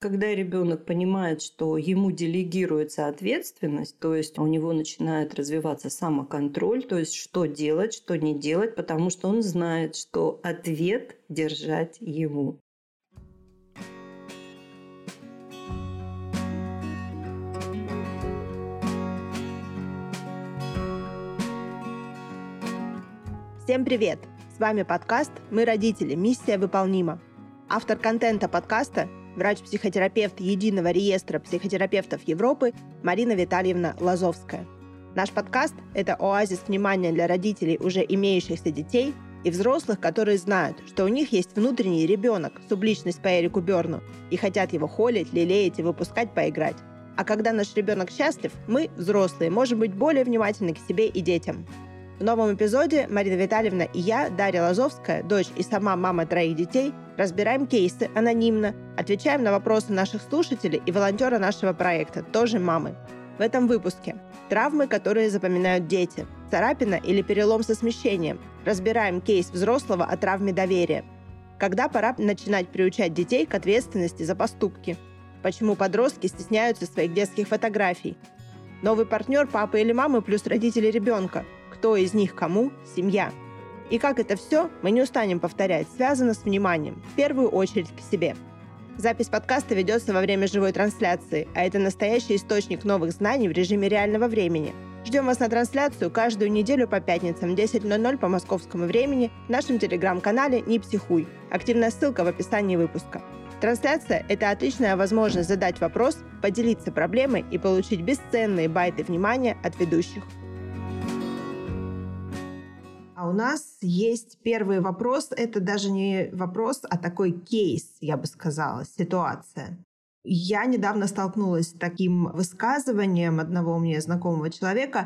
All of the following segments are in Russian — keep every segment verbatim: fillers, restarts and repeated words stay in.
Когда ребенок понимает, что ему делегируется ответственность, то есть у него начинает развиваться самоконтроль, то есть что делать, что не делать, потому что он знает, что ответ держать ему. Всем привет! С вами подкаст «Мы родители. Миссия выполнима». Автор контента подкаста – врач-психотерапевт Единого реестра психотерапевтов Европы Марина Витальевна Лазовская. Наш подкаст – это оазис внимания для родителей, уже имеющихся детей, и взрослых, которые знают, что у них есть внутренний ребенок, субличность по Эрику Берну, и хотят его холить, лелеять и выпускать поиграть. А когда наш ребенок счастлив, мы, взрослые, можем быть более внимательны к себе и детям. В новом эпизоде Марина Витальевна и я, Дарья Лазовская, дочь и сама мама троих детей, разбираем кейсы анонимно, отвечаем на вопросы наших слушателей и волонтера нашего проекта, тоже мамы. В этом выпуске травмы, которые запоминают дети, царапина или перелом со смещением. Разбираем кейс взрослого о травме доверия. Когда пора начинать приучать детей к ответственности за поступки? Почему подростки стесняются своих детских фотографий? Новый партнер папы или мамы плюс родители ребенка. Кто из них кому? Семья. И как это все, мы не устанем повторять, связано с вниманием, в первую очередь к себе. Запись подкаста ведется во время живой трансляции, а это настоящий источник новых знаний в режиме реального времени. Ждем вас на трансляцию каждую неделю по пятницам в десять ноль ноль по московскому времени в нашем телеграм-канале «Не психуй». Активная ссылка в описании выпуска. Трансляция – это отличная возможность задать вопрос, поделиться проблемой и получить бесценные байты внимания от ведущих. А у нас есть первый вопрос. Это даже не вопрос, а такой кейс, я бы сказала, ситуация. Я недавно столкнулась с таким высказыванием одного мне знакомого человека,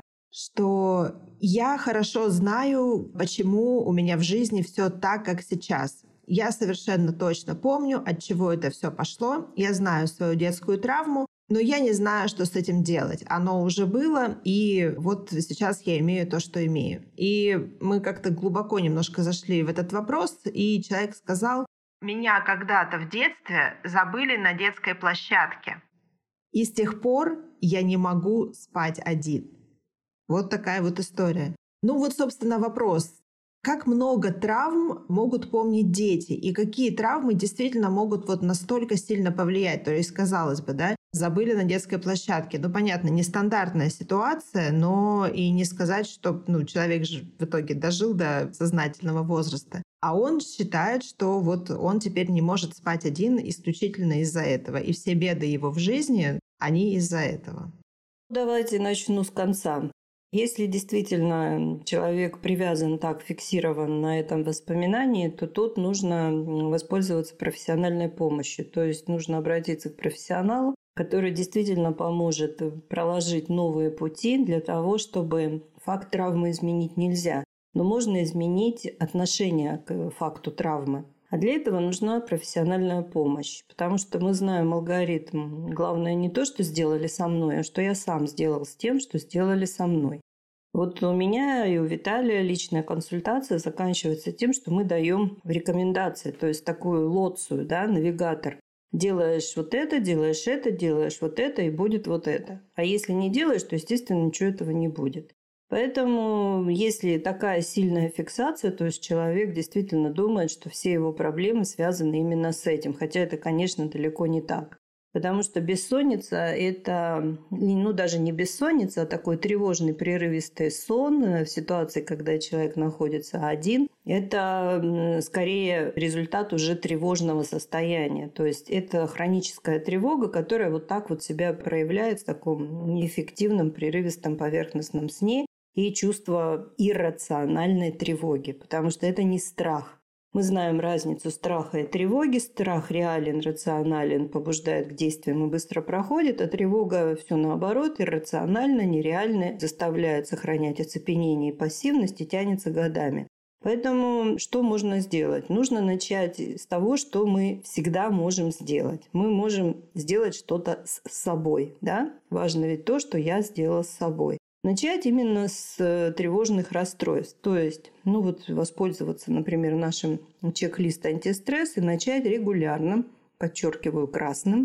что я хорошо знаю, почему у меня в жизни все так, как сейчас. Я совершенно точно помню, от чего это все пошло. Я знаю свою детскую травму, но я не знаю, что с этим делать. Оно уже было, и вот сейчас я имею то, что имею. И мы как-то глубоко немножко зашли в этот вопрос, и человек сказал: «Меня когда-то в детстве забыли на детской площадке. И с тех пор я не могу спать один». Вот такая вот история. Ну вот, собственно, вопрос. Как много травм могут помнить дети? И какие травмы действительно могут вот настолько сильно повлиять? То есть, казалось бы, да, забыли на детской площадке. Ну, понятно, нестандартная ситуация, но и не сказать, что ну, человек же в итоге дожил до сознательного возраста. А он считает, что вот он теперь не может спать один исключительно из-за этого. И все беды его в жизни, они из-за этого. Давайте начну с конца. Если действительно человек привязан так, фиксирован на этом воспоминании, то тут нужно воспользоваться профессиональной помощью. То есть нужно обратиться к профессионалу, который действительно поможет проложить новые пути для того, чтобы факт травмы изменить нельзя. Но можно изменить отношение к факту травмы. А для этого нужна профессиональная помощь, потому что мы знаем алгоритм. Главное не то, что сделали со мной, а что я сам сделал с тем, что сделали со мной. Вот у меня и у Виталия личная консультация заканчивается тем, что мы даем рекомендации, то есть такую лоцию, да, навигатор. Делаешь вот это, делаешь это, делаешь вот это, и будет вот это. А если не делаешь, то, естественно, ничего этого не будет. Поэтому, если такая сильная фиксация, то есть человек действительно думает, что все его проблемы связаны именно с этим. Хотя это, конечно, далеко не так. Потому что бессонница – это, ну, даже не бессонница, а такой тревожный, прерывистый сон в ситуации, когда человек находится один. Это скорее результат уже тревожного состояния. То есть это хроническая тревога, которая вот так вот себя проявляет в таком неэффективном, прерывистом поверхностном сне и чувство иррациональной тревоги, потому что это не страх. Мы знаем разницу страха и тревоги. Страх реален, рационален, побуждает к действиям и быстро проходит, а тревога все наоборот, иррационально, нереально, заставляет сохранять оцепенение и пассивность и тянется годами. Поэтому что можно сделать? Нужно начать с того, что мы всегда можем сделать. Мы можем сделать что-то с собой. Да? Важно ведь то, что я сделала с собой. Начать именно с тревожных расстройств. То есть, ну вот воспользоваться, например, нашим чек-лист антистресс и начать регулярно, подчеркиваю красным,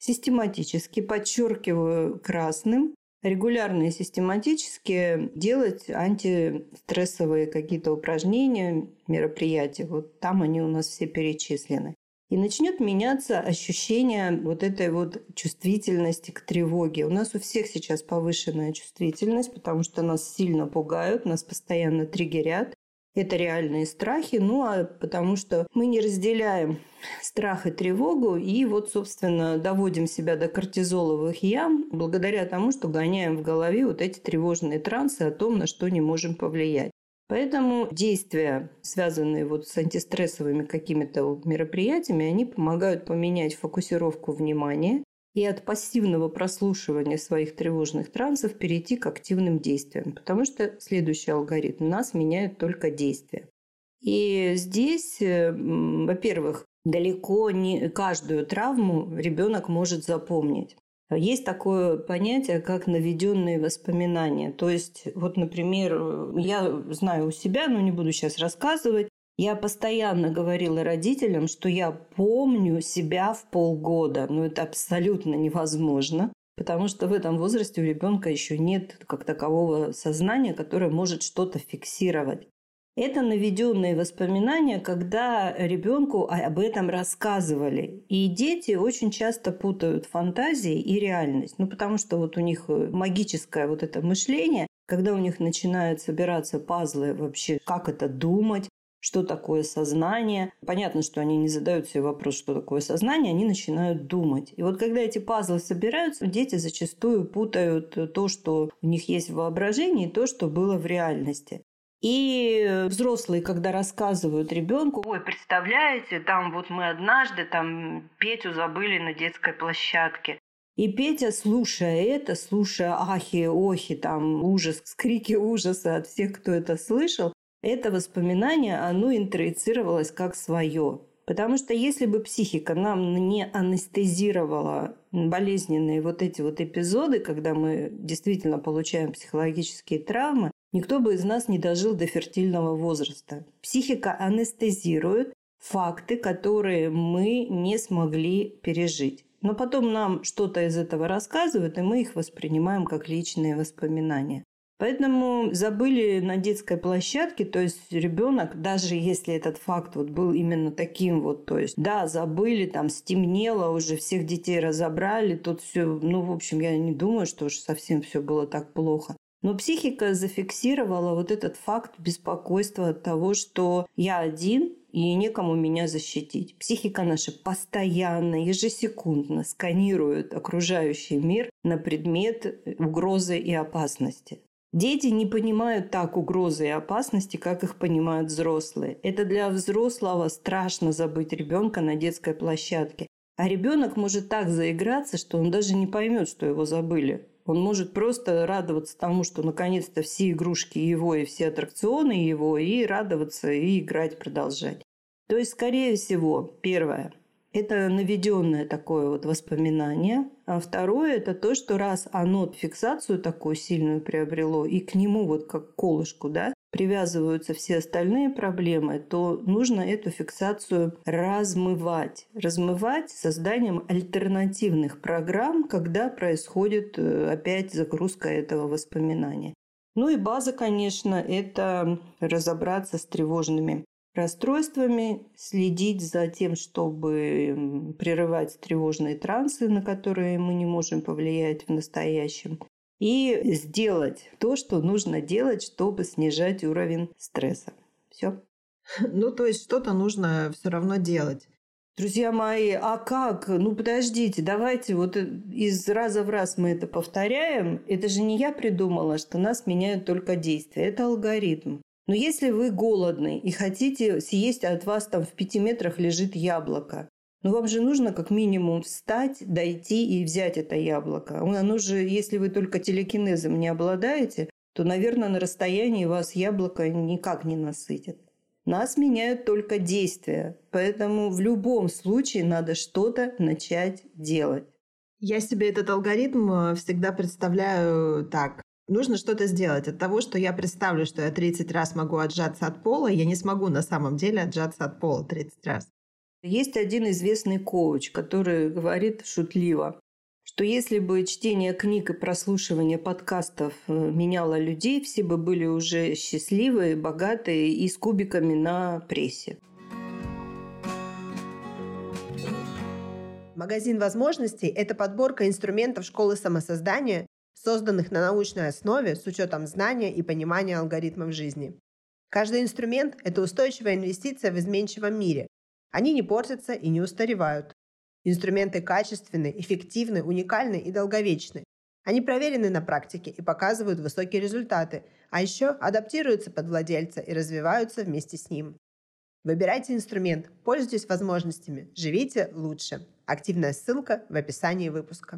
систематически, подчеркиваю красным, регулярно и систематически делать антистрессовые какие-то упражнения, мероприятия. Вот там они у нас все перечислены. И начнет меняться ощущение вот этой вот чувствительности к тревоге. У нас у всех сейчас повышенная чувствительность, потому что нас сильно пугают, нас постоянно триггерят. Это реальные страхи, ну а потому что мы не разделяем страх и тревогу, и вот, собственно, доводим себя до кортизоловых ям благодаря тому, что гоняем в голове вот эти тревожные трансы о том, на что не можем повлиять. Поэтому действия, связанные вот с антистрессовыми какими-то мероприятиями, они помогают поменять фокусировку внимания и от пассивного прослушивания своих тревожных трансов перейти к активным действиям. Потому что следующий алгоритм: нас меняют только действия. И здесь, во-первых, далеко не каждую травму ребенок может запомнить. Есть такое понятие, как наведенные воспоминания. То есть, вот, например, я знаю у себя, но не буду сейчас рассказывать, я постоянно говорила родителям, что я помню себя в полгода. Но это абсолютно невозможно, потому что в этом возрасте у ребенка еще нет как такового сознания, которое может что-то фиксировать. Это наведенные воспоминания, когда ребенку об этом рассказывали. И дети очень часто путают фантазии и реальность. Ну, потому что вот у них магическое вот это мышление, когда у них начинают собираться пазлы вообще, как это думать, что такое сознание. Понятно, что они не задают себе вопрос, что такое сознание, они начинают думать. И вот когда эти пазлы собираются, дети зачастую путают то, что у них есть в воображении, и то, что было в реальности. И взрослые, когда рассказывают ребенку: ой, представляете, там вот мы однажды там Петю забыли на детской площадке. И Петя, слушая это, слушая ахи, охи, там ужас, скрики ужаса от всех, кто это слышал, это воспоминание, оно интроицировалось как свое. Потому что если бы психика нам не анестезировала болезненные вот эти вот эпизоды, когда мы действительно получаем психологические травмы, никто бы из нас не дожил до фертильного возраста. Психика анестезирует факты, которые мы не смогли пережить. Но потом нам что-то из этого рассказывают, и мы их воспринимаем как личные воспоминания. Поэтому забыли на детской площадке, то есть ребенок, даже если этот факт вот был именно таким вот, то есть да, забыли, там стемнело, уже всех детей разобрали, тут все, ну, в общем, я не думаю, что уж совсем все было так плохо. Но психика зафиксировала вот этот факт беспокойства от того, что я один и некому меня защитить. Психика наша постоянно, ежесекундно сканирует окружающий мир на предмет угрозы и опасности. Дети не понимают так угрозы и опасности, как их понимают взрослые. Это для взрослого страшно забыть ребенка на детской площадке. А ребенок может так заиграться, что он даже не поймет, что его забыли. Он может просто радоваться тому, что наконец-то все игрушки его и все аттракционы его, и радоваться, и играть, продолжать. То есть, скорее всего, первое – это наведенное такое вот воспоминание. А второе – это то, что раз оно фиксацию такую сильную приобрело, и к нему вот как к колышку, да, привязываются все остальные проблемы, то нужно эту фиксацию размывать. Размывать созданием альтернативных программ, когда происходит опять загрузка этого воспоминания. Ну и база, конечно, это разобраться с тревожными расстройствами, следить за тем, чтобы прерывать тревожные трансы, на которые мы не можем повлиять в настоящем, и сделать то, что нужно делать, чтобы снижать уровень стресса. Все. Ну, то есть что-то нужно все равно делать. Друзья мои, а как? Ну, подождите, давайте вот из раза в раз мы это повторяем. Это же не я придумала, что нас меняют только действия. Это алгоритм. Но если вы голодный и хотите съесть, а от вас там в пяти метрах лежит яблоко, ну вам же нужно как минимум встать, дойти и взять это яблоко. Оно же, если вы только телекинезом не обладаете, то, наверное, на расстоянии вас яблоко никак не насытит. Нас меняют только действия, поэтому в любом случае надо что-то начать делать. Я себе этот алгоритм всегда представляю так. Нужно что-то сделать. От того, что я представлю, что я тридцать раз могу отжаться от пола, я не смогу на самом деле отжаться от пола тридцать раз. Есть один известный коуч, который говорит шутливо, что если бы чтение книг и прослушивание подкастов меняло людей, все бы были уже счастливые, богатые и с кубиками на прессе. Магазин возможностей – это подборка инструментов школы самосоздания, созданных на научной основе с учетом знания и понимания алгоритмов жизни. Каждый инструмент – это устойчивая инвестиция в изменчивом мире. Они не портятся и не устаревают. Инструменты качественны, эффективны, уникальны и долговечны. Они проверены на практике и показывают высокие результаты, а еще адаптируются под владельца и развиваются вместе с ним. Выбирайте инструмент, пользуйтесь возможностями, живите лучше. Активная ссылка в описании выпуска.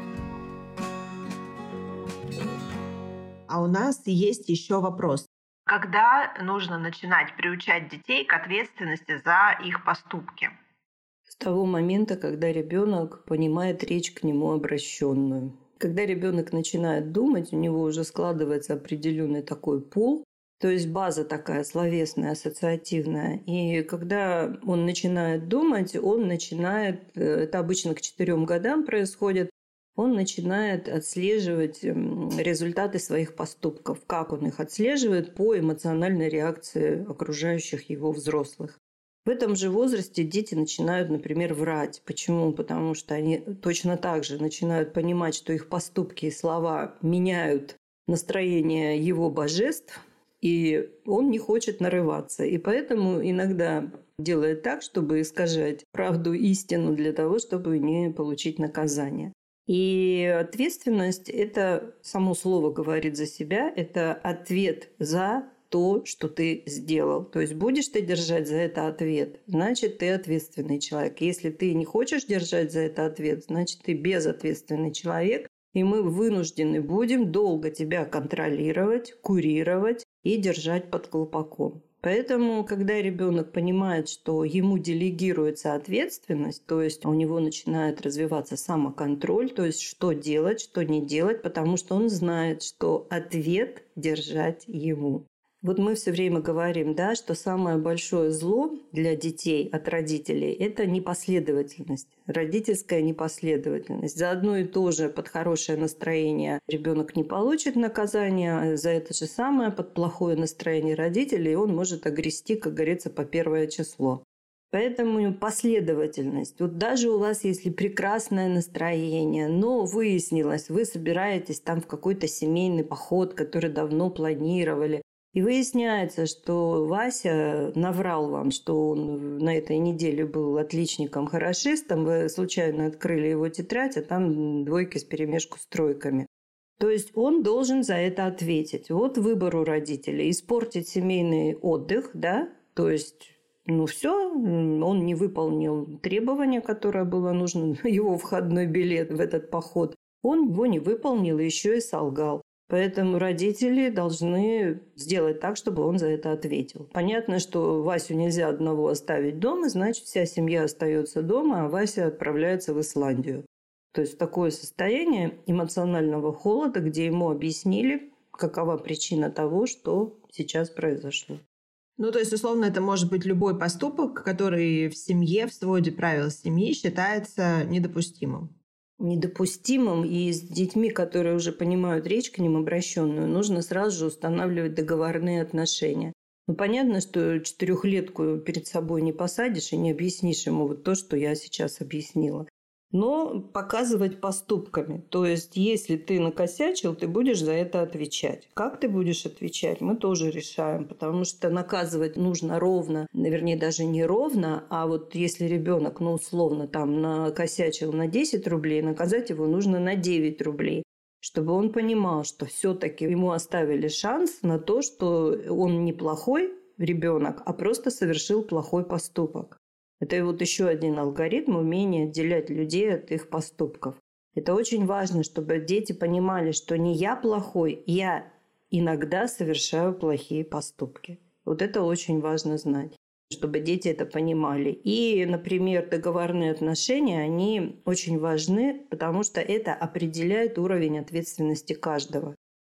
А у нас есть еще вопрос. Когда нужно начинать приучать детей к ответственности за их поступки? С того момента, когда ребенок понимает речь к нему обращенную. Когда ребенок начинает думать, у него уже складывается определенный такой пул, то есть база такая словесная, ассоциативная. И когда он начинает думать, он начинает, это обычно к четырем годам происходит, он начинает отслеживать результаты своих поступков. Как он их отслеживает? По эмоциональной реакции окружающих его взрослых. В этом же возрасте дети начинают, например, врать. Почему? Потому что они точно так же начинают понимать, что их поступки и слова меняют настроение его божеств, и он не хочет нарываться. И поэтому иногда делает так, чтобы искажать правду, истину для того, чтобы не получить наказание. И ответственность – это, само слово говорит за себя, это ответ за то, что ты сделал. То есть будешь ты держать за это ответ, значит, ты ответственный человек. Если ты не хочешь держать за это ответ, значит, ты безответственный человек, и мы вынуждены будем долго тебя контролировать, курировать и держать под колпаком. Поэтому, когда ребенок понимает, что ему делегируется ответственность, то есть у него начинает развиваться самоконтроль, то есть что делать, что не делать, потому что он знает, что ответ держать ему. Вот мы все время говорим, да, что самое большое зло для детей от родителей – это непоследовательность, родительская непоследовательность. За одно и то же под хорошее настроение ребенок не получит наказание, а за это же самое под плохое настроение родителей он может огрести, как говорится, по первое число. Поэтому последовательность. Вот даже у вас, если прекрасное настроение, но выяснилось, вы собираетесь там в какой-то семейный поход, который давно планировали, и выясняется, что Вася наврал вам, что он на этой неделе был отличником-хорошистом, вы случайно открыли его тетрадь, а там двойки вперемешку с тройками. То есть он должен за это ответить. Вот выбор у родителей. Испортить семейный отдых, да, то есть, ну все, он не выполнил требования, которое было нужно, его входной билет в этот поход. Он его не выполнил и еще и солгал. Поэтому родители должны сделать так, чтобы он за это ответил. Понятно, что Васю нельзя одного оставить дома, значит, вся семья остается дома, а Вася отправляется в Исландию. То есть такое состояние эмоционального холода, где ему объяснили, какова причина того, что сейчас произошло. Ну, то есть, условно, это может быть любой поступок, который в семье, в своде правил семьи считается недопустимым. Недопустимым, и с детьми, которые уже понимают речь к ним обращенную, нужно сразу же устанавливать договорные отношения. Ну, понятно, что четырехлетку перед собой не посадишь и не объяснишь ему вот то, что я сейчас объяснила. Но показывать поступками. То есть, если ты накосячил, ты будешь за это отвечать. Как ты будешь отвечать, мы тоже решаем, потому что наказывать нужно ровно, вернее, даже не ровно, а вот если ребенок, ну, условно, там накосячил на десять рублей, наказать его нужно на девять рублей, чтобы он понимал, что все-таки ему оставили шанс на то, что он не плохой ребенок, а просто совершил плохой поступок. Это вот еще один алгоритм умения отделять людей от их поступков. Это очень важно, чтобы дети понимали, что не я плохой, я иногда совершаю плохие поступки. Вот это очень важно знать, чтобы дети это понимали. И, например, договорные отношения, они очень важны, потому что это определяет уровень ответственности каждого.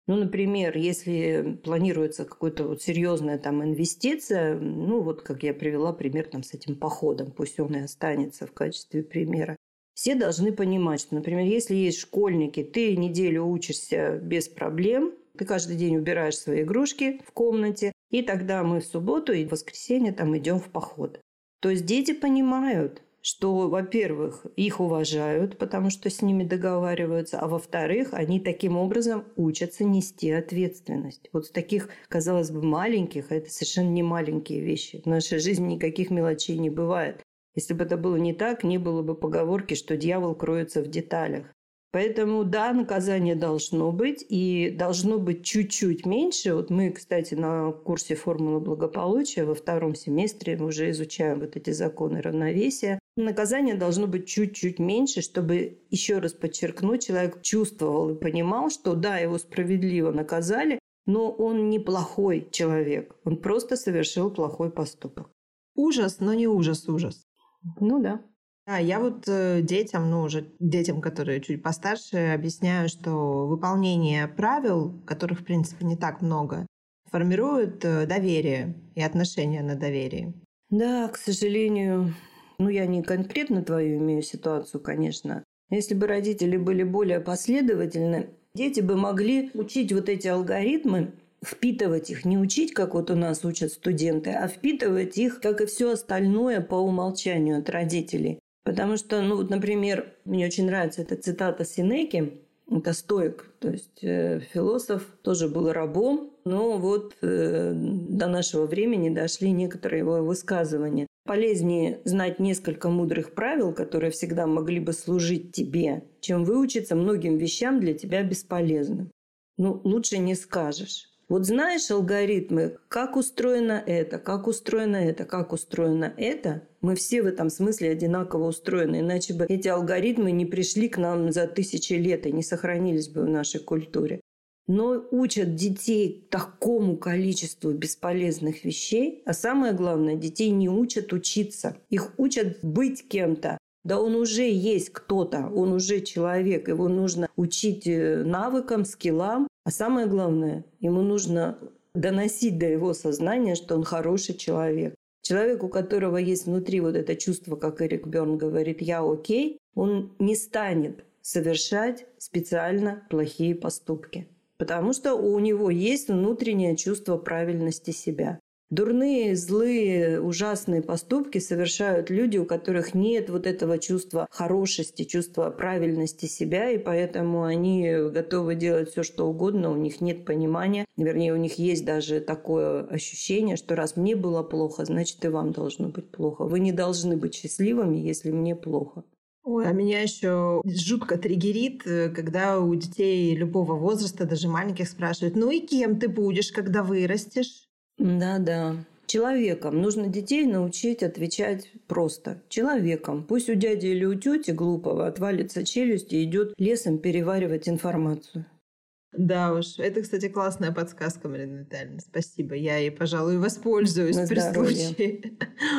Ну, например, если планируется какая-то вот серьезная там инвестиция, ну, вот как я привела пример там с этим походом, пусть он и останется в качестве примера. Все должны понимать, что, например, если есть школьники, ты неделю учишься без проблем, ты каждый день убираешь свои игрушки в комнате, и тогда мы в субботу и в воскресенье там идем в поход. То есть дети понимают, что, во-первых, их уважают, потому что с ними договариваются, а во-вторых, они таким образом учатся нести ответственность. Вот в таких, казалось бы, маленьких, а это совершенно не маленькие вещи. В нашей жизни никаких мелочей не бывает. Если бы это было не так, не было бы поговорки, что дьявол кроется в деталях. Поэтому, да, наказание должно быть, и должно быть чуть-чуть меньше. Вот мы, кстати, на курсе «Формулы благополучия» во втором семестре мы уже изучаем вот эти законы равновесия. Наказание должно быть чуть-чуть меньше, чтобы, еще раз подчеркнуть, человек чувствовал и понимал, что да, его справедливо наказали, но он не плохой человек. Он просто совершил плохой поступок. Ужас, но не ужас-ужас. Ну да. Да, я вот э, детям, ну уже детям, которые чуть постарше, объясняю, что выполнение правил, которых, в принципе, не так много, формирует э, доверие и отношения на доверии. Да, к сожалению, ну я не конкретно твою имею ситуацию, конечно. Если бы родители были более последовательны, дети бы могли учить вот эти алгоритмы, впитывать их, не учить, как вот у нас учат студенты, а впитывать их, как и все остальное, по умолчанию от родителей. Потому что, ну вот, например, мне очень нравится эта цитата Сенеки, это стоик, то есть э, философ, тоже был рабом, но вот э, до нашего времени дошли некоторые его высказывания. Полезнее знать несколько мудрых правил, которые всегда могли бы служить тебе, чем выучиться многим вещам для тебя бесполезным. Ну, лучше не скажешь. Вот знаешь алгоритмы, как устроено это, как устроено это, как устроено это, мы все в этом смысле одинаково устроены, иначе бы эти алгоритмы не пришли к нам за тысячи лет и не сохранились бы в нашей культуре. Но учат детей такому количеству бесполезных вещей, а самое главное, детей не учат учиться, их учат быть кем-то. Да он уже есть кто-то, он уже человек, его нужно учить навыкам, скиллам. А самое главное, ему нужно доносить до его сознания, что он хороший человек. Человек, у которого есть внутри вот это чувство, как Эрик Берн говорит, «я окей», он не станет совершать специально плохие поступки. Потому что у него есть внутреннее чувство правильности себя. Дурные, злые, ужасные поступки совершают люди, у которых нет вот этого чувства хорошести, чувства правильности себя, и поэтому они готовы делать все, что угодно, у них нет понимания. Вернее, у них есть даже такое ощущение, что раз мне было плохо, значит и вам должно быть плохо. Вы не должны быть счастливыми, если мне плохо. Ой, а меня еще жутко триггерит, когда у детей любого возраста, даже маленьких, спрашивают, ну и кем ты будешь, когда вырастешь? Да-да. Человеком. Нужно детей научить отвечать просто. Человеком. Пусть у дяди или у тети глупого отвалится челюсть и идет лесом переваривать информацию. Да уж. Это, кстати, классная подсказка, Марина Витальевна. Спасибо. Я ей, пожалуй, воспользуюсь На при здоровье. случае.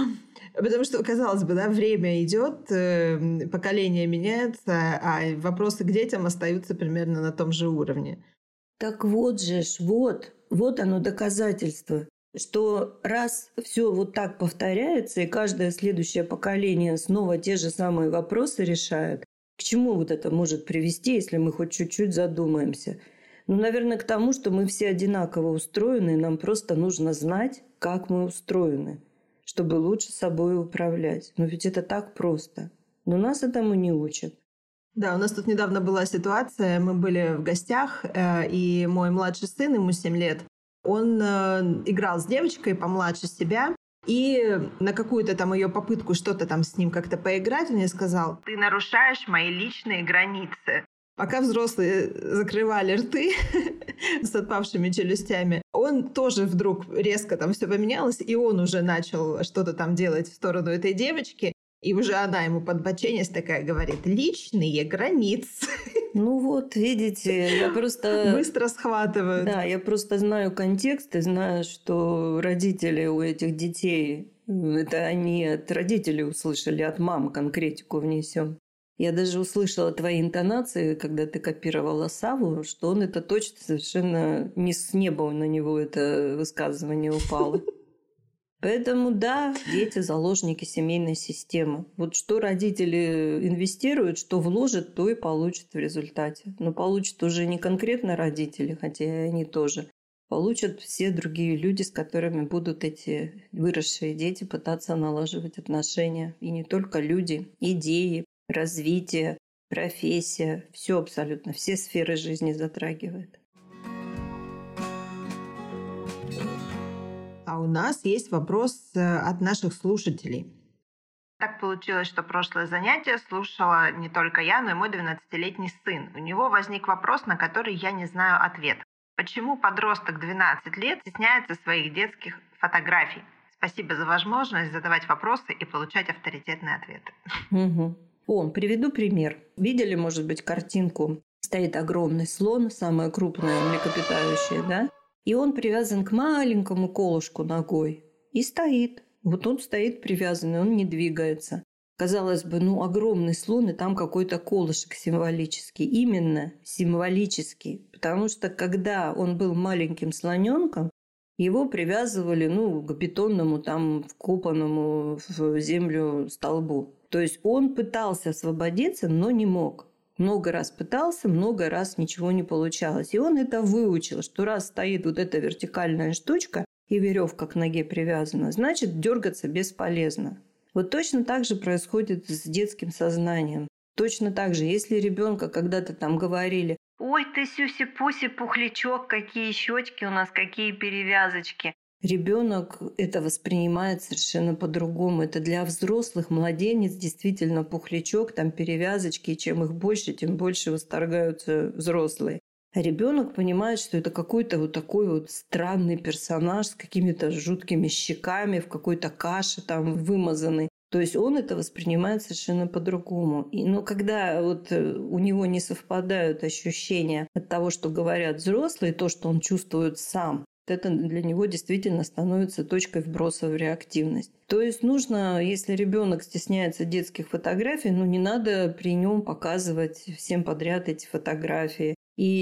Потому что, казалось бы, да, время идет, поколения меняются, а вопросы к детям остаются примерно на том же уровне. Так вот же ж, вот, вот оно доказательство, что раз все вот так повторяется, и каждое следующее поколение снова те же самые вопросы решает, к чему вот это может привести, если мы хоть чуть-чуть задумаемся? Ну, наверное, к тому, что мы все одинаково устроены, и нам просто нужно знать, как мы устроены, чтобы лучше собой управлять. Но ведь это так просто. Но нас этому не учат. Да, у нас тут недавно была ситуация, мы были в гостях, и мой младший сын, ему семь лет, он играл с девочкой помладше себя, и на какую-то там ее попытку что-то там с ним как-то поиграть, он ей сказал: «Ты нарушаешь мои личные границы». Пока взрослые закрывали рты с отпавшими челюстями, он тоже вдруг резко там все поменялось, и он уже начал что-то там делать в сторону этой девочки. И уже она ему подбоченясь такая говорит: личные границы. Ну вот, видите, я просто... Быстро схватывают. Да, я просто знаю контекст и знаю, что родители у этих детей, это они от родителей услышали, от мам конкретику внесем. Я даже услышала твои интонации, когда ты копировала Саву, что он это точно совершенно не с неба на него это высказывание упало. Поэтому да, дети – заложники семейной системы. Вот что родители инвестируют, что вложат, то и получат в результате. Но получат уже не конкретно родители, хотя и они тоже. Получат все другие люди, с которыми будут эти выросшие дети пытаться налаживать отношения. И не только люди, идеи, развитие, профессия. Все абсолютно, все сферы жизни затрагивает. А у нас есть вопрос от наших слушателей. Так получилось, что прошлое занятие слушала не только я, но и мой двенадцатилетний сын. У него возник вопрос, на который я не знаю ответ. Почему подросток двенадцать лет стесняется своих детских фотографий? Спасибо за возможность задавать вопросы и получать авторитетные ответы. Угу. О, приведу пример. Видели, может быть, картинку? Стоит огромный слон, самое крупное млекопитающее, да? И он привязан к маленькому колышку ногой. И стоит. Вот он стоит привязанный, он не двигается. Казалось бы, ну, огромный слон, и там какой-то колышек символический. Именно символический. Потому что, когда он был маленьким слоненком, его привязывали, ну, к бетонному, там, вкопанному в землю столбу. То есть он пытался освободиться, но не мог. Много раз пытался, много раз ничего не получалось. И он это выучил, что раз стоит вот эта вертикальная штучка и веревка к ноге привязана, значит, дергаться бесполезно. Вот точно так же происходит с детским сознанием. Точно так же, если ребенка когда-то там говорили: «Ой, ты сюси-пуси, пухлячок, какие щечки у нас, какие перевязочки». Ребенок это воспринимает совершенно по-другому. Это для взрослых младенец действительно пухлячок, там перевязочки, и чем их больше, тем больше восторгаются взрослые. А ребенок понимает, что это какой-то вот такой вот странный персонаж с какими-то жуткими щеками, в какой-то каше там вымазанный. То есть он это воспринимает совершенно по-другому. И, но когда вот у него не совпадают ощущения от того, что говорят взрослые, то, что он чувствует сам, это для него действительно становится точкой вброса в реактивность. То есть нужно, если ребенок стесняется детских фотографий, ну не надо при нем показывать всем подряд эти фотографии.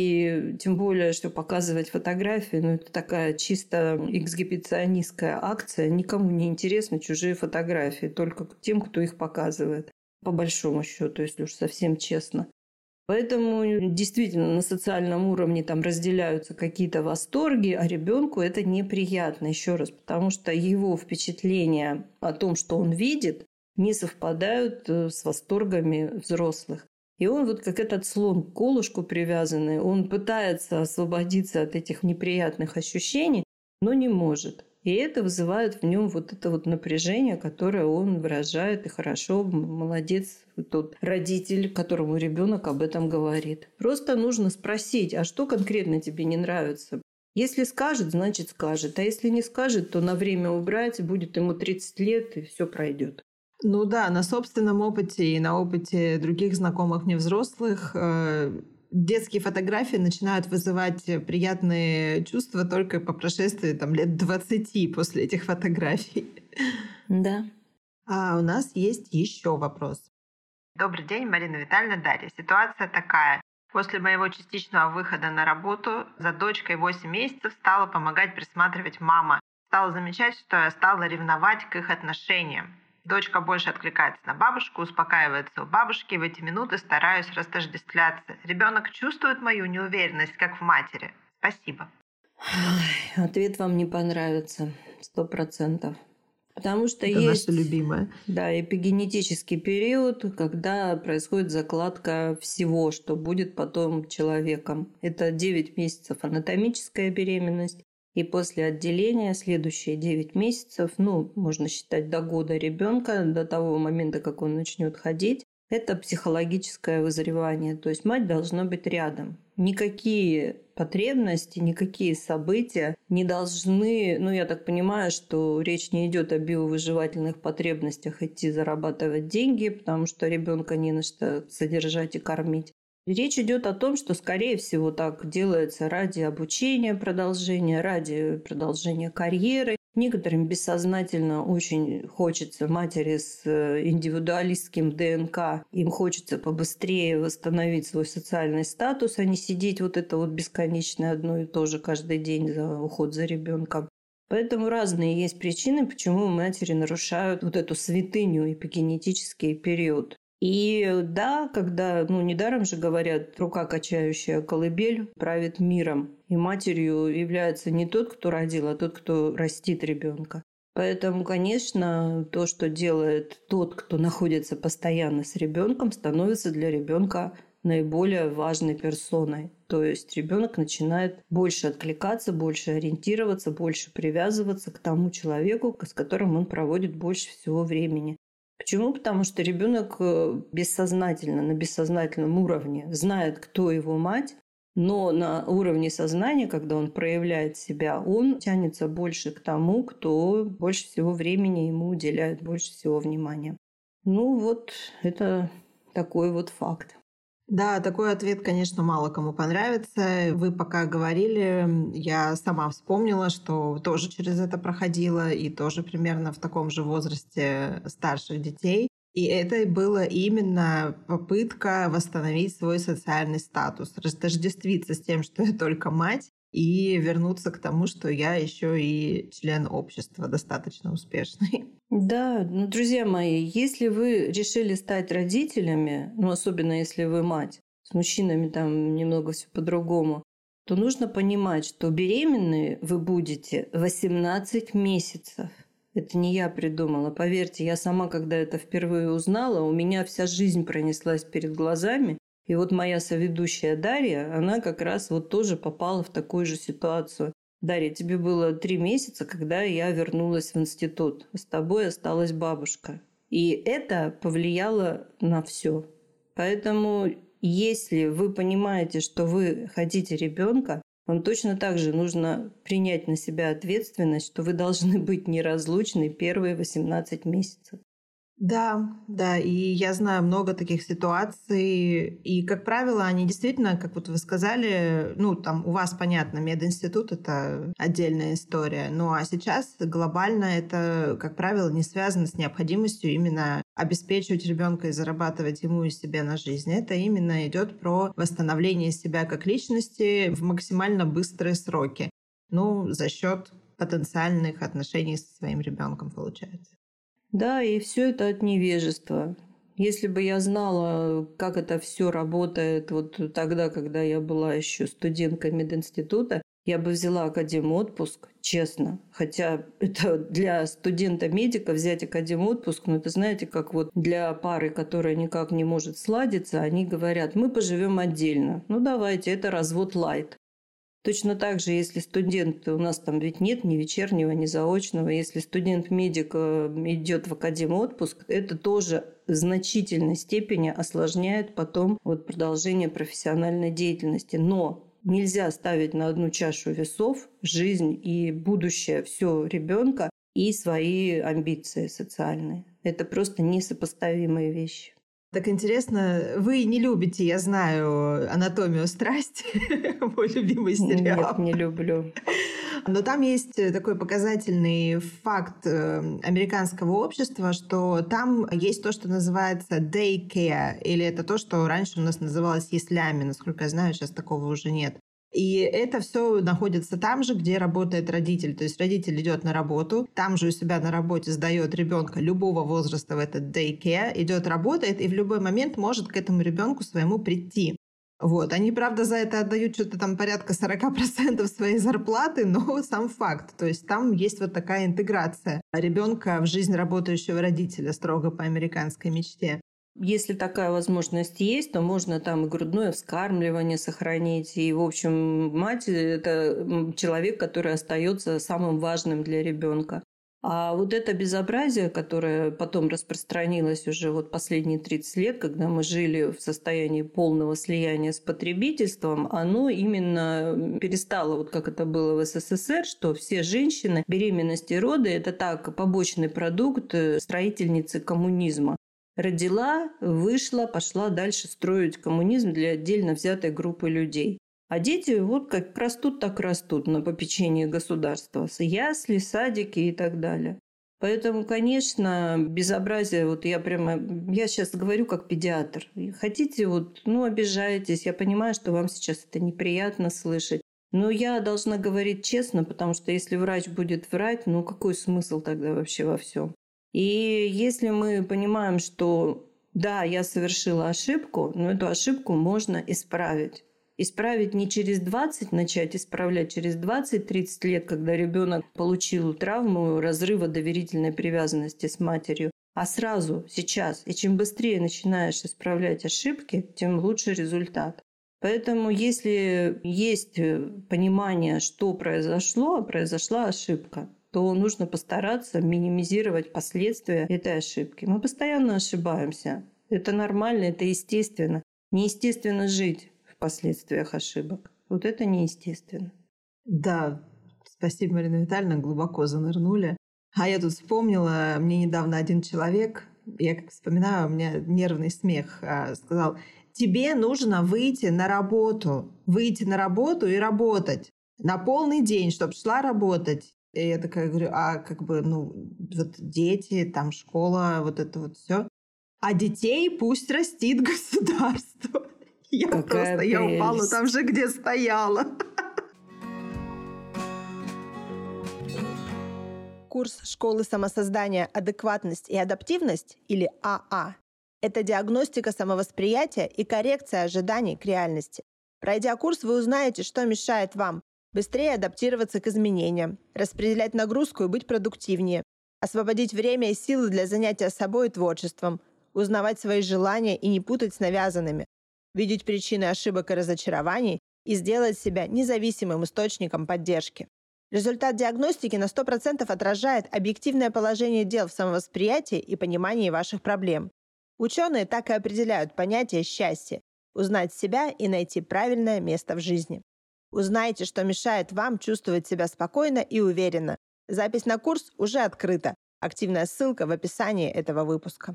И тем более, что показывать фотографии, ну это такая чисто эксгибиционистская акция. Никому не интересны чужие фотографии, только тем, кто их показывает. По большому счету, если уж совсем честно. Поэтому действительно на социальном уровне там разделяются какие-то восторги, а ребенку это неприятно, еще раз, потому что его впечатления о том, что он видит, не совпадают с восторгами взрослых. И он вот как этот слон к колышку привязанный, он пытается освободиться от этих неприятных ощущений, но не может. И это вызывает в нем вот это вот напряжение, которое он выражает, и хорошо, молодец тот родитель, которому ребенок об этом говорит. Просто нужно спросить, а что конкретно тебе не нравится? Если скажет, значит скажет, а если не скажет, то на время убрать, будет ему тридцать лет, и все пройдет. Ну да, на собственном опыте и на опыте других знакомых мне взрослых э, детские фотографии начинают вызывать приятные чувства только по прошествии там, лет двадцати после этих фотографий. Да. А у нас есть еще вопрос. Добрый день, Марина Витальевна, Дарья. Ситуация такая. После моего частичного выхода на работу за дочкой восемь месяцев стала помогать присматривать мама. Стала замечать, что я стала ревновать к их отношениям. Дочка больше откликается на бабушку, успокаивается у бабушки. В эти минуты стараюсь растождествляться. Ребенок чувствует мою неуверенность, как в матери. Спасибо. Ой, ответ вам не понравится. Сто процентов. Потому что это есть наша любимая. Да, эпигенетический период, когда происходит закладка всего, что будет потом человеком. Это девять месяцев анатомическая беременность. И после отделения следующие девять месяцев, ну, можно считать до года ребенка, до того момента, как он начнет ходить, это психологическое вызревание. То есть мать должна быть рядом. Никакие потребности, никакие события не должны, ну, я так понимаю, что речь не идет о биовыживательных потребностях идти зарабатывать деньги, потому что ребенка не на что содержать и кормить. Речь идет о том, что, скорее всего, так делается ради обучения продолжения, ради продолжения карьеры. Некоторым бессознательно очень хочется матери с индивидуалистским ДНК. Им хочется побыстрее восстановить свой социальный статус, а не сидеть вот это вот бесконечное одно и то же каждый день за уход за ребенком. Поэтому разные есть причины, почему матери нарушают вот эту святыню эпигенетический период. И да, когда, ну, недаром же говорят, рука, качающая колыбель, правит миром. И матерью является не тот, кто родил, а тот, кто растит ребенка. Поэтому, конечно, то, что делает тот, кто находится постоянно с ребенком, становится для ребенка наиболее важной персоной. То есть ребенок начинает больше откликаться, больше ориентироваться, больше привязываться к тому человеку, с которым он проводит больше всего времени. Почему? Потому что ребенок бессознательно, на бессознательном уровне знает, кто его мать, но на уровне сознания, когда он проявляет себя, он тянется больше к тому, кто больше всего времени ему уделяет, больше всего внимания. Ну вот, это такой вот факт. Да, такой ответ, конечно, мало кому понравится. Вы пока говорили, я сама вспомнила, что тоже через это проходила, и тоже примерно в таком же возрасте старших детей. И это было именно попытка восстановить свой социальный статус, растождествиться с тем, что я только мать, и вернуться к тому, что я еще и член общества достаточно успешный. Да, ну, друзья мои, если вы решили стать родителями, ну, особенно если вы мать, с мужчинами там немного все по-другому, то нужно понимать, что беременные вы будете восемнадцать месяцев. Это не я придумала. Поверьте, я сама, когда это впервые узнала, у меня вся жизнь пронеслась перед глазами. И вот моя соведущая Дарья, она как раз вот тоже попала в такую же ситуацию. Дарья, тебе было три месяца, когда я вернулась в институт. С тобой осталась бабушка. И это повлияло на все. Поэтому, если вы понимаете, что вы хотите ребенка, вам точно так же нужно принять на себя ответственность, что вы должны быть неразлучны первые восемнадцать месяцев. Да, да, и я знаю много таких ситуаций, и, как правило, они действительно, как вот вы сказали, ну, там у вас, понятно, мединститут — это отдельная история, ну, а сейчас глобально это, как правило, не связано с необходимостью именно обеспечивать ребенка и зарабатывать ему и себе на жизнь. Это именно идет про восстановление себя как личности в максимально быстрые сроки, ну, за счет потенциальных отношений со своим ребенком, получается. Да, и все это от невежества. Если бы я знала, как это все работает вот тогда, когда я была еще студенткой мединститута, я бы взяла академ-отпуск, честно. Хотя это для студента-медика взять академ-отпуск, ну это знаете, как вот для пары, которая никак не может сладиться, они говорят, мы поживем отдельно. Ну давайте, это развод лайт. Точно так же, если студент, у нас там ведь нет ни вечернего, ни заочного, если студент-медик идет в академ-отпуск, это тоже в значительной степени осложняет потом вот продолжение профессиональной деятельности. Но нельзя ставить на одну чашу весов жизнь и будущее все ребенка и свои амбиции социальные. Это просто несопоставимые вещи. Так интересно, вы не любите, я знаю, «Анатомию страсти», мой любимый сериал. Нет, не люблю. Но там есть такой показательный факт американского общества, что там есть то, что называется day-care, или это то, что раньше у нас называлось яслями. Насколько я знаю, сейчас такого уже нет. И это все находится там же, где работает родитель. То есть родитель идет на работу, там же у себя на работе сдает ребенка любого возраста в этот day-care, идет, работает и в любой момент может к этому ребенку своему прийти. Вот. Они, правда, за это отдают что-то там порядка сорок процентов своей зарплаты, но сам факт. То есть там есть вот такая интеграция ребенка в жизнь работающего родителя, строго по американской мечте. Если такая возможность есть, то можно там и грудное вскармливание сохранить. И, в общем, мать – это человек, который остается самым важным для ребенка. А вот это безобразие, которое потом распространилось уже вот последние тридцать лет, когда мы жили в состоянии полного слияния с потребительством, оно именно перестало, вот как это было в СССР, что все женщины, беременности и роды – это так, побочный продукт строительницы коммунизма. Родила, вышла, пошла дальше строить коммунизм для отдельно взятой группы людей. А дети вот как растут, так растут на попечении государства. С ясли, садики и так далее. Поэтому, конечно, безобразие, вот я прямо, я сейчас говорю как педиатр. Хотите, вот, ну, обижаетесь, я понимаю, что вам сейчас это неприятно слышать. Но я должна говорить честно, потому что если врач будет врать, ну, какой смысл тогда вообще во всем? И если мы понимаем, что да, я совершила ошибку, но эту ошибку можно исправить. Исправить не через двадцать, начать исправлять через двадцать-тридцать лет, когда ребенок получил травму разрыва доверительной привязанности с матерью, а сразу, сейчас. И чем быстрее начинаешь исправлять ошибки, тем лучше результат. Поэтому если есть понимание, что произошло, а произошла ошибка, то нужно постараться минимизировать последствия этой ошибки. Мы постоянно ошибаемся. Это нормально, это естественно. Неестественно жить в последствиях ошибок. Вот это неестественно. Да, спасибо, Марина Витальевна, глубоко занырнули. А я тут вспомнила, мне недавно один человек, я как вспоминаю, у меня нервный смех, сказал: тебе нужно выйти на работу, выйти на работу и работать на полный день, чтобы шла работать. И я такая говорю: а как бы, ну, вот дети, там школа, вот это вот все. А детей пусть растит государство. Я Какая просто, я упала прелесть. там же, где стояла. Курс школы самосоздания «Адекватность и адаптивность» или АА – это диагностика самовосприятия и коррекция ожиданий к реальности. Пройдя курс, вы узнаете, что мешает вам быстрее адаптироваться к изменениям, распределять нагрузку и быть продуктивнее, освободить время и силы для занятия собой и творчеством, узнавать свои желания и не путать с навязанными, видеть причины ошибок и разочарований и сделать себя независимым источником поддержки. Результат диагностики на сто процентов отражает объективное положение дел в самовосприятии и понимании ваших проблем. Ученые так и определяют понятие счастья – узнать себя и найти правильное место в жизни. Узнайте, что мешает вам чувствовать себя спокойно и уверенно. Запись на курс уже открыта. Активная ссылка в описании этого выпуска.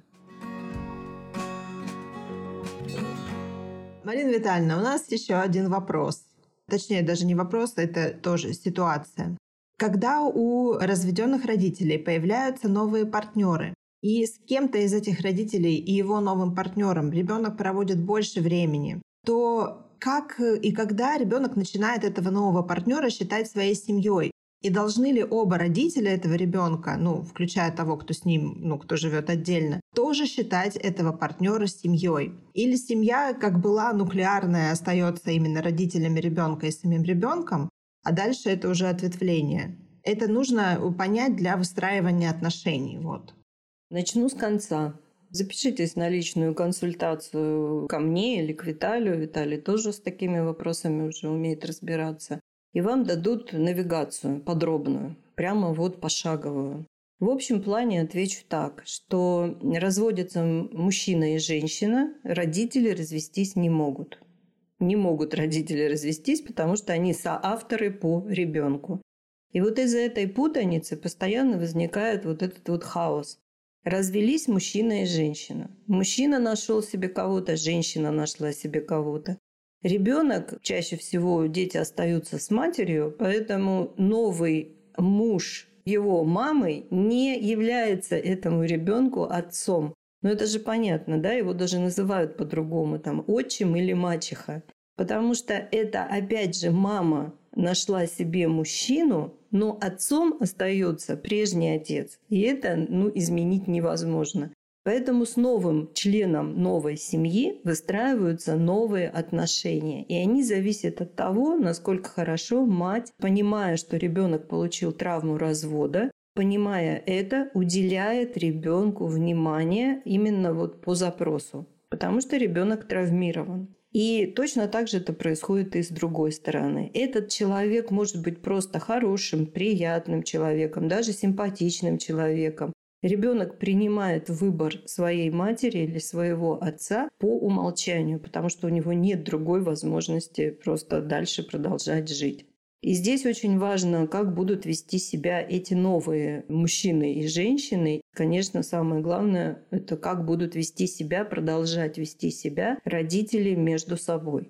Марина Витальевна, у нас еще один вопрос. Точнее, даже не вопрос, это тоже ситуация. Когда у разведенных родителей появляются новые партнеры, и с кем-то из этих родителей и его новым партнером ребенок проводит больше времени, то как и когда ребенок начинает этого нового партнера считать своей семьей? И должны ли оба родителя этого ребенка, ну, включая того, кто с ним, ну, кто живет отдельно, тоже считать этого партнера семьей? Или семья, как была нуклеарная, остается именно родителями ребенка и самим ребенком, а дальше это уже ответвление? Это нужно понять для выстраивания отношений. Вот. Начну с конца. Запишитесь на личную консультацию ко мне или к Виталию. Виталий тоже с такими вопросами уже умеет разбираться. И вам дадут навигацию подробную, прямо вот пошаговую. В общем плане отвечу так, что разводятся мужчина и женщина, родители развестись не могут. Не могут родители развестись, потому что они соавторы по ребенку. И вот из-за этой путаницы постоянно возникает вот этот вот хаос. Развелись мужчина и женщина. Мужчина нашел себе кого-то, женщина нашла себе кого-то. Ребенок, чаще всего дети остаются с матерью, поэтому новый муж его мамой не является этому ребенку отцом. Но это же понятно, да, его даже называют по-другому, там, отчим или мачеха. Потому что это, опять же, мама нашла себе мужчину, но отцом остается прежний отец. И это, ну, изменить невозможно. Поэтому с новым членом новой семьи выстраиваются новые отношения. И они зависят от того, насколько хорошо мать, понимая, что ребенок получил травму развода, понимая это, уделяет ребенку внимание именно вот по запросу. Потому что ребенок травмирован. И точно так же это происходит и с другой стороны. Этот человек может быть просто хорошим, приятным человеком, даже симпатичным человеком. Ребенок принимает выбор своей матери или своего отца по умолчанию, потому что у него нет другой возможности просто дальше продолжать жить. И здесь очень важно, как будут вести себя эти новые мужчины и женщины. Конечно, самое главное – это как будут вести себя, продолжать вести себя родители между собой.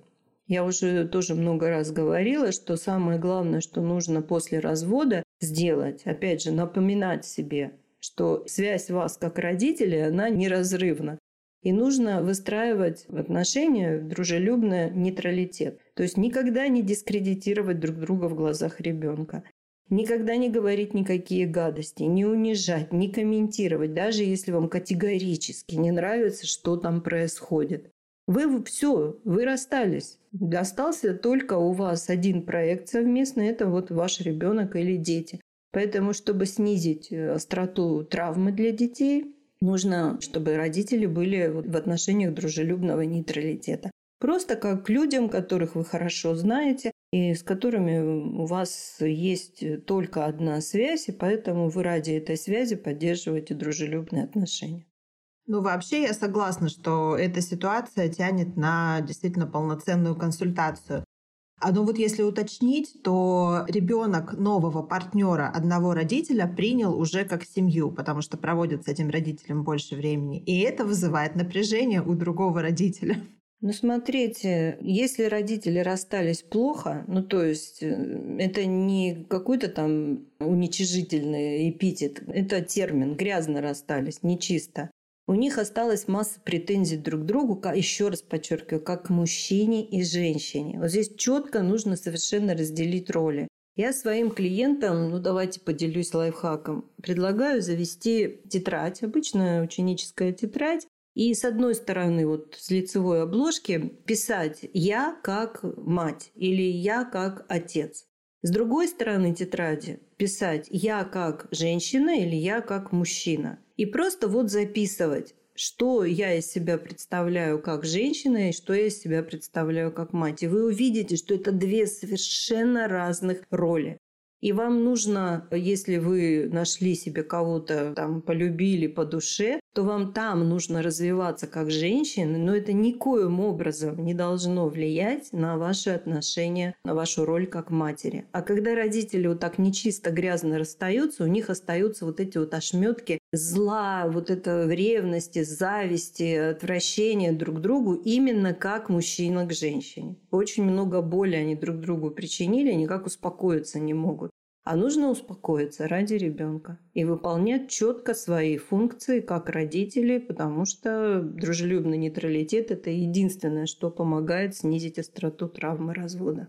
Я уже тоже много раз говорила, что самое главное, что нужно после развода сделать, опять же, напоминать себе, что связь вас как родителей, она неразрывна. И нужно выстраивать в отношения дружелюбный нейтралитет. То есть никогда не дискредитировать друг друга в глазах ребенка. Никогда не говорить никакие гадости, не унижать, не комментировать, даже если вам категорически не нравится, что там происходит. Вы все, вы расстались. Остался только у вас один проект совместный, это вот ваш ребенок или дети. Поэтому, чтобы снизить остроту травмы для детей, нужно, чтобы родители были в отношениях дружелюбного нейтралитета. Просто как к людям, которых вы хорошо знаете, и с которыми у вас есть только одна связь, и поэтому вы ради этой связи поддерживаете дружелюбные отношения. Ну, вообще я согласна, что эта ситуация тянет на действительно полноценную консультацию. А ну вот если уточнить, то ребенок нового партнера одного родителя принял уже как семью, потому что проводит с этим родителем больше времени. И это вызывает напряжение у другого родителя. Ну, смотрите, если родители расстались плохо, ну, то есть это не какой-то там уничижительный эпитет, это термин, грязно расстались, нечисто. У них осталась масса претензий друг к другу, еще раз подчеркиваю, как к мужчине и женщине. Вот здесь четко нужно совершенно разделить роли. Я своим клиентам, ну давайте поделюсь лайфхаком, предлагаю завести тетрадь, обычная ученическая тетрадь, и с одной стороны вот с лицевой обложки писать «я как мать» или «я как отец». С другой стороны тетради писать «я как женщина» или «я как мужчина». И просто вот записывать, что я из себя представляю как женщина и что я из себя представляю как мать. И вы увидите, что это две совершенно разных роли. И вам нужно, если вы нашли себе кого-то, там, полюбили по душе, то вам там нужно развиваться как женщина, но это никоим образом не должно влиять на ваши отношения, на вашу роль как матери. А когда родители вот так нечисто, грязно расстаются, у них остаются вот эти вот ошметки зла, вот это ревности, зависти, отвращения друг к другу, именно как мужчина к женщине. Очень много боли они друг другу причинили, никак успокоиться не могут. А нужно успокоиться ради ребенка и выполнять четко свои функции как родители, потому что дружелюбный нейтралитет – это единственное, что помогает снизить остроту травмы развода.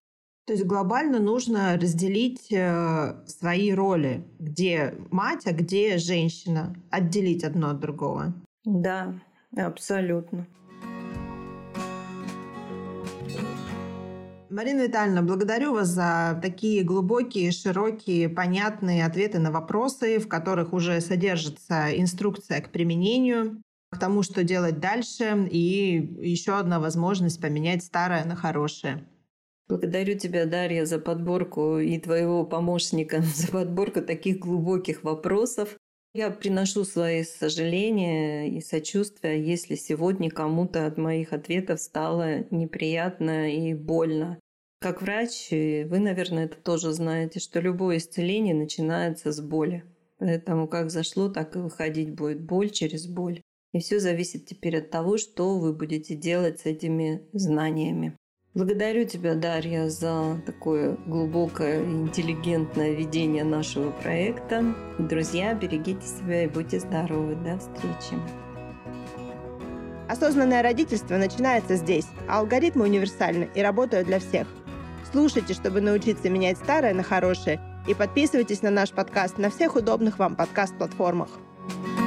То есть глобально нужно разделить э, свои роли, где мать, а где женщина, отделить одно от другого. Да, абсолютно. Марина Витальевна, благодарю вас за такие глубокие, широкие, понятные ответы на вопросы, в которых уже содержится инструкция к применению, к тому, что делать дальше, и еще одна возможность поменять старое на хорошее. Благодарю тебя, Дарья, за подборку и твоего помощника за подборку таких глубоких вопросов. Я приношу свои сожаления и сочувствия, если сегодня кому-то от моих ответов стало неприятно и больно. Как врач, вы, наверное, это тоже знаете, что любое исцеление начинается с боли. Поэтому как зашло, так и выходить будет боль через боль. И все зависит теперь от того, что вы будете делать с этими знаниями. Благодарю тебя, Дарья, за такое глубокое и интеллигентное ведение нашего проекта. Друзья, берегите себя и будьте здоровы. До встречи. Осознанное родительство начинается здесь, а алгоритмы универсальны и работают для всех. Слушайте, чтобы научиться менять старое на хорошее, и подписывайтесь на наш подкаст на всех удобных вам подкаст-платформах.